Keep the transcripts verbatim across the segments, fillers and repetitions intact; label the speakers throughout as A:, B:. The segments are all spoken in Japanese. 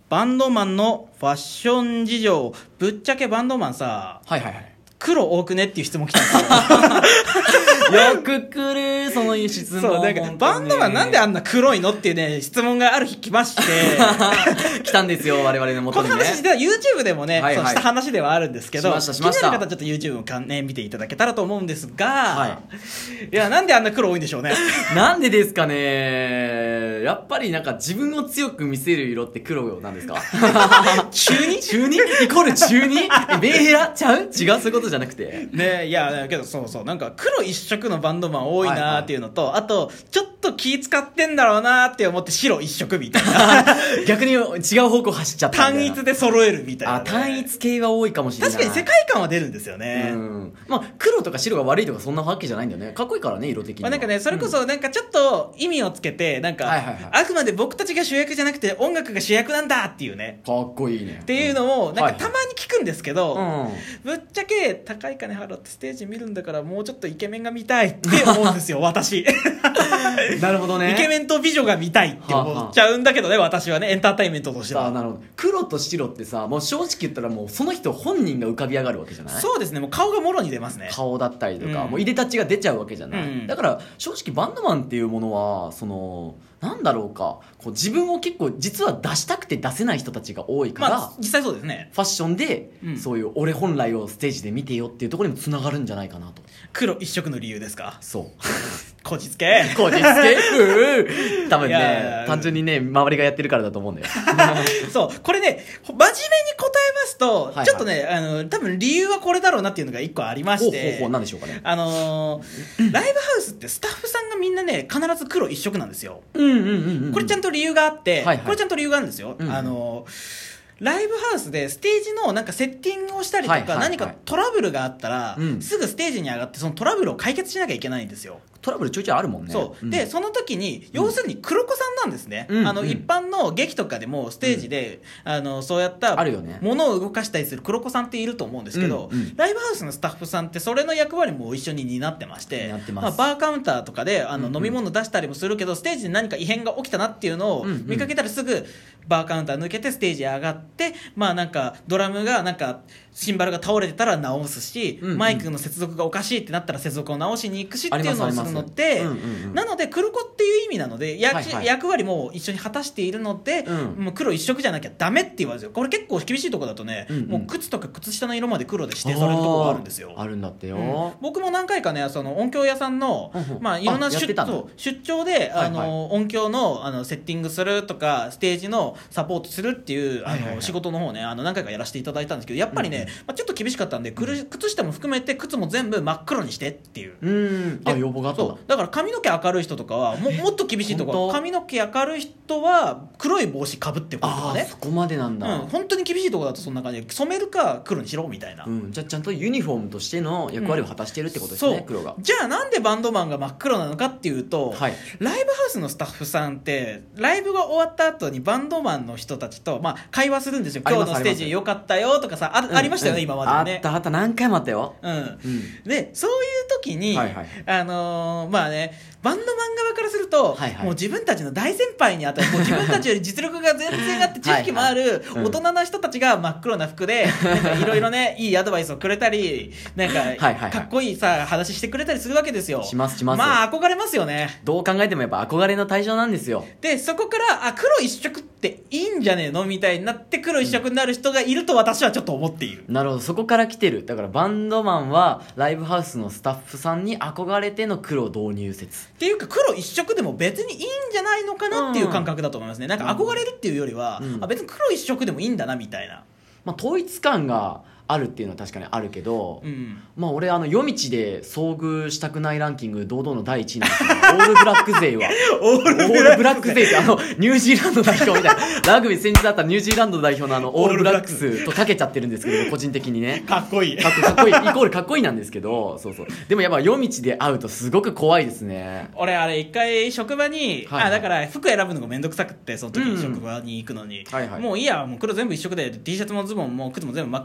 A: バンドマンのファッション事情。ぶっちゃけバンドマンさ、
B: はいはいはい。
A: 黒多くねっていう質問来たんですよ。
B: よく来る、その質問。
A: そう、なんか、バンドマンなんであんな黒いのっていうね、質問がある日来まして。
B: 来たんですよ、我々の元にね。
A: この話、実は YouTube でもね、
B: はいはい、
A: そうした話ではあるんですけど、
B: しましたしました。
A: 気になる方はちょっと YouTube をか、ね、見ていただけたらと思うんですが、
B: はい。
A: いや、なんであんな黒多いんでしょうね。
B: なんでですかね。やっぱりなんか自分を強く見せる色って黒なんですか？
A: 中二
B: 中二イコール中二メンヘラちゃう違うそういうことじゃなくて。
A: ね、いや、だけどそうそう、なんか黒一色のバンドマン多いなーっていうのと、はいはい、あと、ちょっと気使ってんだろうなーって思って白一色みたいな。
B: 逆に違う方向走っちゃったみたいな。
A: 単一で揃えるみたいな、ね。
B: あ、単一系は多いかもしれない。
A: 確かに世界観は出るんですよね。
B: うん。まあ、黒とか白が悪いとかそんなわけじゃないんだよね。かっこいいからね、色的には。
A: まあ、なんかね、それこそなんかちょっと意味をつけて、なんか、はいはいはい、あくまで僕たちが主役じゃなくて音楽が主役なんだっていうね。
B: かっこいいね。
A: っていうのを、なんかたまに聞くんですけど、
B: はいはい
A: うん、ぶっちゃけ高い金払ってステージ見るんだからもうちょっとイケメンが見たいって思うんですよ、私。
B: なるほどね。
A: イケメンと美女が見たいって思っちゃうんだけどね、私はね、エンターテインメントとしては。
B: あ、なるほど。黒と白ってさ、もう正直言ったらもうその人本人が浮かび上がるわけじゃない？
A: そうですね、もう顔がもろに出ますね。
B: 顔だったりとか、
A: うん、
B: もういでたちが出ちゃうわけじゃない、うん、だから正直バンドマンっていうものはそのなんだろうか、こう自分を結構実は出したくて出せない人たちが多いから、まあ、
A: 実際そうですね。
B: ファッションで、うん、そういう俺本来をステージで見てよっていうところにもつながるんじゃないかなと。
A: 黒一色の理由ですか？
B: そう。
A: こじつけ
B: こじつけ多分ね、単純にね、周りがやってるからだと思うんだよ。
A: そう、これね、真面目に答えますと、はいはい、ちょっとね、あの、多分理由はこれだろうなっていうのが一個ありまして、
B: ほうほうほう、何でしょうかね。
A: あのー、ライブハウスってスタッフさんがみんなね、必ず黒一色なんですよ。
B: うんうんうんうん。
A: これちゃんと理由があって、はいはい、これちゃんと理由があるんですよ。
B: うんうん、
A: あのー、ライブハウスでステージのなんかセッティングをしたりとか、はいはいはい、何かトラブルがあったら、うん、すぐステージに上がってそのトラブルを解決しなきゃいけないんですよ。
B: トラブルちょいちょいあるもんね。
A: そう、
B: うん、
A: でその時に要するに黒子さんなんですね、うん、あの、うん、一般の劇とかでもステージで、うん、あのそうやったものを動かしたりする黒子さんっていると思うんですけど、うんうん、ライブハウスのスタッフさんってそれの役割も一緒に担ってまして、まあ、バーカウンターとかであの、うんうん、飲み物出したりもするけどステージで何か異変が起きたなっていうのを見かけたらすぐバーカウンター抜けてステージへ上がって、まあなんかドラムがなんかシンバルが倒れてたら直すし、うんうん、マイクの接続がおかしいってなったら接続を直しに行くしっていうのをするので、うんうんうん、なので黒子っていう意味なので、はいはい、役割も一緒に果たしているので、うん、もう黒一色じゃなきゃダメって言われるんですよ。これ結構厳しいところだとね、うんうん、もう靴とか靴下の色まで黒で指定されるところがあるんですよ。
B: あるんだってよ、
A: うん、僕も何回かね、その音響屋さんの、うんうん、まあいろんな出張、出張で、あの、はいはい、音響のあのセッティングするとかステージのサポートするっていうあの、はいはいはい、仕事の方ね、あの何回かやらせていただいたんですけど、やっぱりね、うんうん、まあ、ちょっと厳しかったんで、靴下も含めて靴も全部真っ黒にしてっていう、
B: うん、あ、要望があったんだ。
A: そうだから髪の毛明るい人とかはも, もっと厳しいところ、髪の毛明るい人は黒い帽子かぶってこいとかね。
B: あ、そこまでなんだ、
A: うん、本当に厳しいところだとそんな感じで染めるか黒にしろみたいな、
B: うん、じゃあちゃんとユニフォームとしての役割を果たしてるってことですね、うん、黒が。
A: じゃあなんでバンドマンが真っ黒なのかっていうと、
B: はい、
A: ライブハウスのスタッフさんってライブが終わった後にバンドマンの人たちと、まあ、会話するんですよ。今日のステージ良かったよとかさ あ,、うん、ありましたよね、うん、今までもね。
B: あったあった、何回もあったよ、
A: うんうん、でそういう時に、はいはい、あのー、まあね、バンドマン側からすると、はいはい、もう自分たちの大先輩にあたる、もう自分たちより実力が全然あって知識もある大人な人たちが真っ黒な服でいろいろね、いいアドバイスをくれたり、なんか、はいはいはい、かっこいいさ話してくれたりするわけですよ。
B: しますします。
A: まあ憧れますよね。
B: どう考えてもやっぱ憧れの対象なんですよ。
A: でそこからあ黒一色っていいんじゃねえのみたいになって黒一色になる人がいると私はちょっと思っている、
B: うん、なるほど、そこから来てる。だからバンドマンはライブハウスのスタッフさんに憧れての黒導入説
A: っていうか、黒一色でも別にいいんじゃないのかなっていう感覚だと思いますね。なんか憧れるっていうよりは、うん、あ別に黒一色でもいいんだなみたいな、
B: まあ、統一感があるっていうのは確かにあるけど、うん、まあ俺あの夜道で遭遇したくないランキング堂々のだいいちいなんですけどオールブラック勢は
A: オール
B: ブラック勢ってあのニュージーランド代表みたいなラグビー先日あったニュージーランド代表のあのオールブラックスとかけちゃってるんですけど個人的にね、
A: かっこいい
B: かっこかっこいいイコールかっこいいなんですけど、そうそう、でもやっぱ夜道で会うとすごく怖いですね。
A: 俺あれ一回職場に、はいはい、あだから服選ぶのがめんどくさくって、その時に職場に行くのに、うんはいはい、もういいや、もう黒全部一色で T シャツもズボンも靴も全部真っ黒で行って、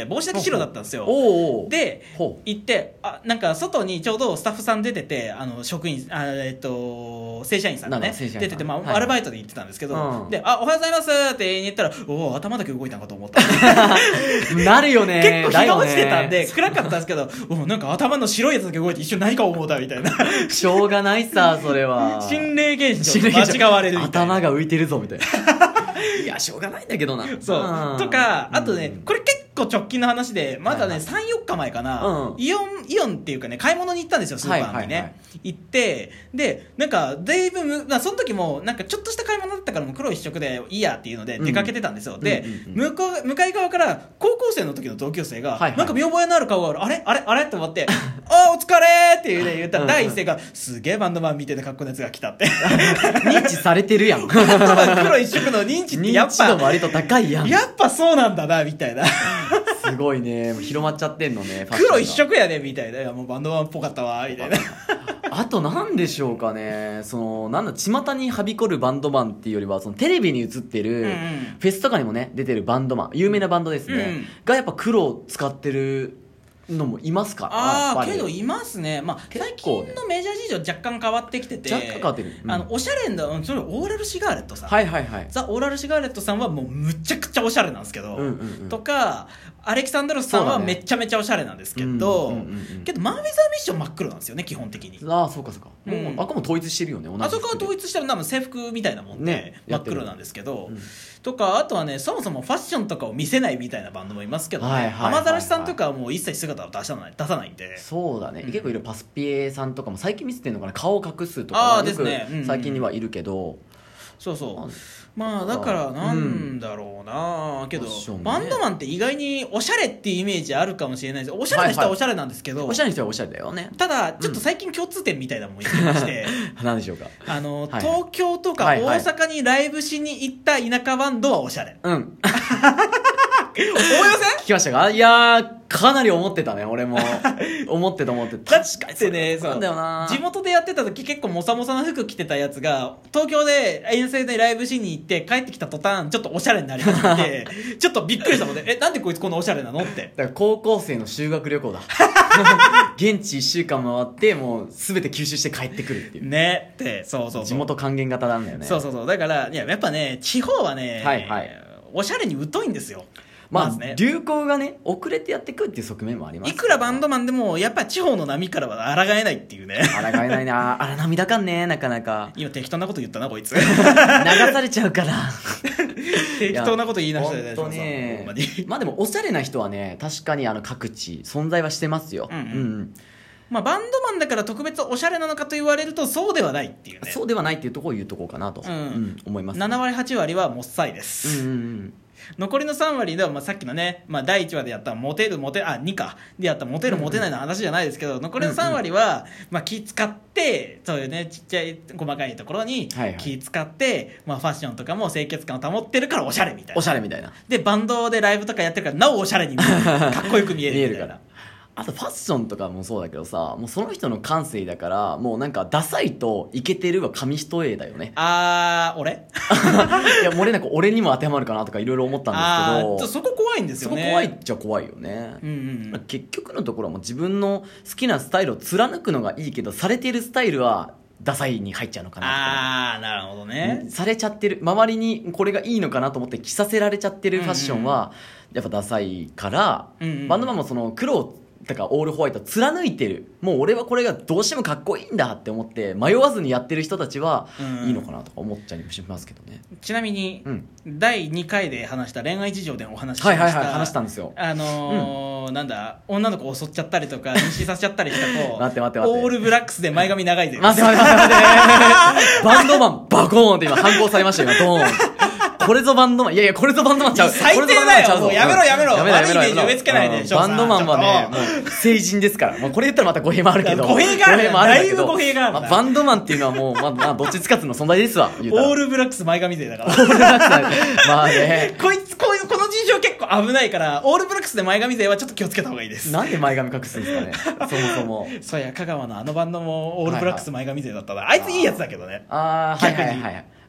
A: 帽子だけ白だったんですよ。
B: おー
A: で
B: ほう
A: 行ってあなんか外にちょうどスタッフさん出ててあの職員あ、えっと、正社員さんがね
B: なんだ正社員さん
A: 出てて、まあ
B: はいはい
A: アルバイトで行ってたんですけど、
B: うん
A: であおはようございますって言いに行ったらおお頭だけ動いたのかと思った
B: なるよね。
A: 結構日が落ちてたんで
B: だよね
A: 暗かったんですけどおなんか頭の白いやつだけ動いて一瞬何か思うたみたいな
B: しょうがないさ、それは。
A: 心霊現象と間違われるみたいな
B: 頭が浮いてるぞ、みたいな。いや、しょうがないんだけどな。
A: そうとかあとね、これ結構直近の話でまだね、はいはい、さん、よっかまえかな、うん、イオンイオンっていうかね買い物に行ったんですよスーパーにね、はいはいはい、行ってでなんかだいぶむ、まあ、その時もなんかちょっとした買い物だったからもう黒一色でいいやっていうので出かけてたんですよ、うん、で、うんうんうん、向こう向かい側から高校生の時の同級生が、はいはい、なんか見覚えのある顔があるあれあれあれと思ってあーお疲れーっていうね言ったら第一声がすげえバンドマン見ててかっこいいやつが来たって
B: 認知されてるやん
A: バンドマン黒一色の認知ってやっぱ
B: 認知度も割と高いやん
A: やっぱそうなんだなみたいな
B: すごいね広まっちゃってんのね
A: 黒一色やねみたいないやもうバンドマンっぽかったわみたいな
B: あと何でしょうかねそのなんだ巷にはびこるバンドマンっていうよりはそのテレビに映ってる、うんうん、フェスとかにもね出てるバンドマン有名なバンドですね、うん、がやっぱ黒を使ってるのもいますか
A: ああけどいますね、まあ、最近のメジャー事情若干変わってきてて
B: 若干変わってる、うん、
A: あのおしゃれなそれオーラルシガーレットさん、
B: はいはいはい、
A: ザ・オーラルシガーレットさんはもうむちゃくちゃおしゃれなんですけど、うんうんうん、とかアレキサンドロスさんはめちゃめちゃおしゃれなんですけど、ねうんうんうんうん、けどマン・ウェザー・ミッション真っ黒なんですよね基本的に
B: ああそうかそうか、うん、もうあこも統一してるよね同じ
A: あそこは統一してる多分制服みたいなもんで、ね、真っ黒なんですけど、うん、とかあとはねそもそもファッションとかを見せないみたいなバンドもいますけどね、はいはいはいはい、雨ざらしさんとかはもう一切姿を出さない出さないんで
B: そうだね、うん、結構いるパスピエさんとかも最近見せてるのかな顔を隠すとかはよく最近にはいるけど、うんうん、
A: そうそうまあだからなんだろうな、うん、けど、ね、バンドマンって意外におしゃれっていうイメージあるかもしれないですおしゃれな人はおしゃれなんですけど、はいはい、
B: おしゃれな人はおしゃれだよね
A: ただちょっと最近共通点みたいなのも言ってまして、
B: うん、何でしょうか
A: あの、はい、東京とか大阪にライブしに行った田舎バンドはおしゃれ
B: うん
A: 思いません
B: 聞きましたかいやーかなり思ってたね俺も思ってた思ってた
A: 確かにねそうなんだよな地元でやってた時結構モサモサな服着てたやつが東京で遠征でライブしに行って帰ってきた途端ちょっとおしゃれになり始めてちょっとびっくりしたのでえなんでこいつこんなおしゃれなのって
B: だから高校生の修学旅行だ現地いっしゅうかん回ってもう全て吸収して帰ってくるっていう
A: ねってそうそうそう
B: 地元還元型なんだよね
A: そうそうそうだからいややっぱね地方はね、はいはい、おしゃれに疎いんですよ
B: まあ、ね、流行がね遅れてやってくるっていう側面もあります
A: いくらバンドマンでもやっぱ地方の波からは抗えないっていうね
B: 抗えないな荒波だかんねなかなか
A: 今適当なこと言ったなこいつ
B: 流されちゃうから
A: 適当なこと言いなした
B: じゃないですかねまあでもおしゃれな人はね確かにあの各地存在はしてますよ、うんうんうん
A: まあ、バンドマンだから特別おしゃれなのかと言われるとそうではないっていうね
B: そうではないっていうところを言うとこうかなと、うんうん、思います、ね、
A: ななわりはちわりはもっさいです、うんうんうん残りのさんわりでは、まあ、さっきのね、まあ、だいいちわでやったモテるモテあにかでやったモテるモテないの話じゃないですけど、うんうん、残りのさんわりは、まあ、気使ってそういうねちっちゃい細かいところに気使って、はいはいまあ、ファッションとかも清潔感を保ってるからおしゃれみたいな
B: おしゃれみたいな
A: でバンドでライブとかやってるからなおおしゃれに見えるかっこよく見えるみたいな見えるから
B: あとファッションとかもそうだけどさもうその人の感性だからもうなんかダサいとイケてるは紙一重だよね
A: あー俺
B: いやもう俺なんか俺にも当てはまるかなとかいろいろ思ったんですけど
A: そこ怖いんですよね
B: そこ怖いっちゃ怖いよね、うんうんうん、結局のところはもう自分の好きなスタイルを貫くのがいいけどされているスタイルはダサいに入っちゃうのかなとか
A: あーなるほどね
B: されちゃってる周りにこれがいいのかなと思って着させられちゃってるファッションはやっぱダサいから、うんうん、バンドマンもその黒をだからオールホワイト貫いてるもう俺はこれがどうしてもかっこいいんだって思って迷わずにやってる人たちはいいのかなとか思っちゃいますけどね、
A: うん、ちなみに、うん、だいにかいで話した恋愛事情でお話ししました、
B: はいはいはい話したんですよ
A: あのーうん、なんだ女の子を襲っちゃったりとか妊娠させちゃったりした子
B: 待って待って待って
A: オールブラックスで前髪長いぜ
B: 待って待って待って待ってバンドマンバコーンって今反抗されましたよ今ドーンこれぞバンドマンいやいやこれぞバンドマンちゃう
A: 最低だよもうやめろやめろ悪いイメージ植え付けないで
B: バンドマンはねもう成人ですからもうこれ言ったらまた語弊もあるけど
A: 語弊があるだいぶ語弊がある、
B: まあ、バンドマンっていうのはもう、まあ、まあどっちつかずの存在ですわ言うたら
A: オールブラックス前髪勢だから
B: オールブラックスまあね
A: こいつこういうこの人種結構危ないからオールブラックスで前髪勢はちょっと気をつけた方がいいです
B: なんで前髪隠すんですかねそもそも
A: そうや香川のあのバンドもオールブラックス前髪勢だったな、はいはい、あいついいやつだけどね
B: ああはいはいはい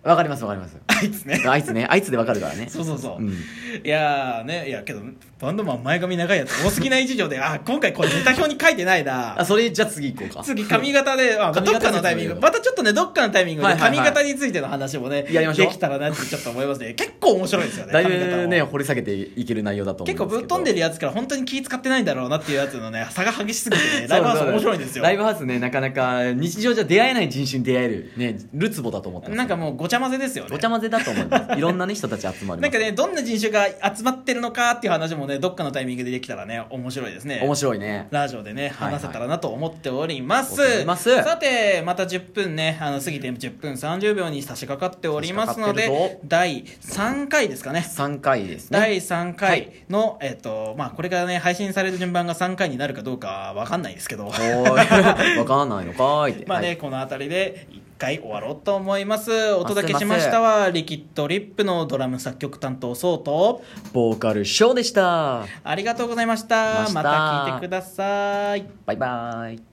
B: わかりますわかります。
A: あいつね
B: あいつねあいつでわかるからね。
A: そうそうそう、
B: うん、
A: いやーね、いやけどバンドマン前髪長いやつ多すぎない事情であ今回これネタ表に書いてないな
B: あそれじゃあ次行こうか。
A: 次髪型であどっかのタイミングまたちょっとねどっかのタイミングで髪型についての話もね、
B: やりましょう。
A: できたらなってちょっと思いますね。結構面白いですよね。
B: だいぶね掘り下げていける内容だと思うんですけど、
A: 結構ぶっ飛んでるやつから本当に気使ってないんだろうなっていうやつのね差が激しすぎてねライブハウス面白いんですよ。
B: ライブハウスねなかなか日常じゃ出会えない人種に出会えるねルツボだと思ってます。
A: なんかもうごちゃ混ぜですよね。
B: ごちゃ混ぜだと思います。いろんな、ね、人たち集まります。
A: なんかねどんな人種が集まってるのかっていう話もねどっかのタイミングでできたらね面白いですね。
B: 面白いね。
A: ラジオでね話せたらなと思っております、
B: はいはい、
A: さてまたじゅっぷんねあの過ぎてじゅっぷんさんじゅうびょうに差し掛かっておりますのでだいさんかいですかね。
B: さんかいですね。
A: だいさんかいの、はい、えっとまあこれからね配信される順番がさんかいになるかどうかわかんないですけどわ
B: かんないのかいって
A: まあね、
B: はい、
A: この辺りでいっかい終わろうと思います。お届けしましたはリキッドリップのドラム作曲担当ソウと
B: ボーカルショーでした。
A: ありがとうございました。また聞いてください。
B: バイバイ。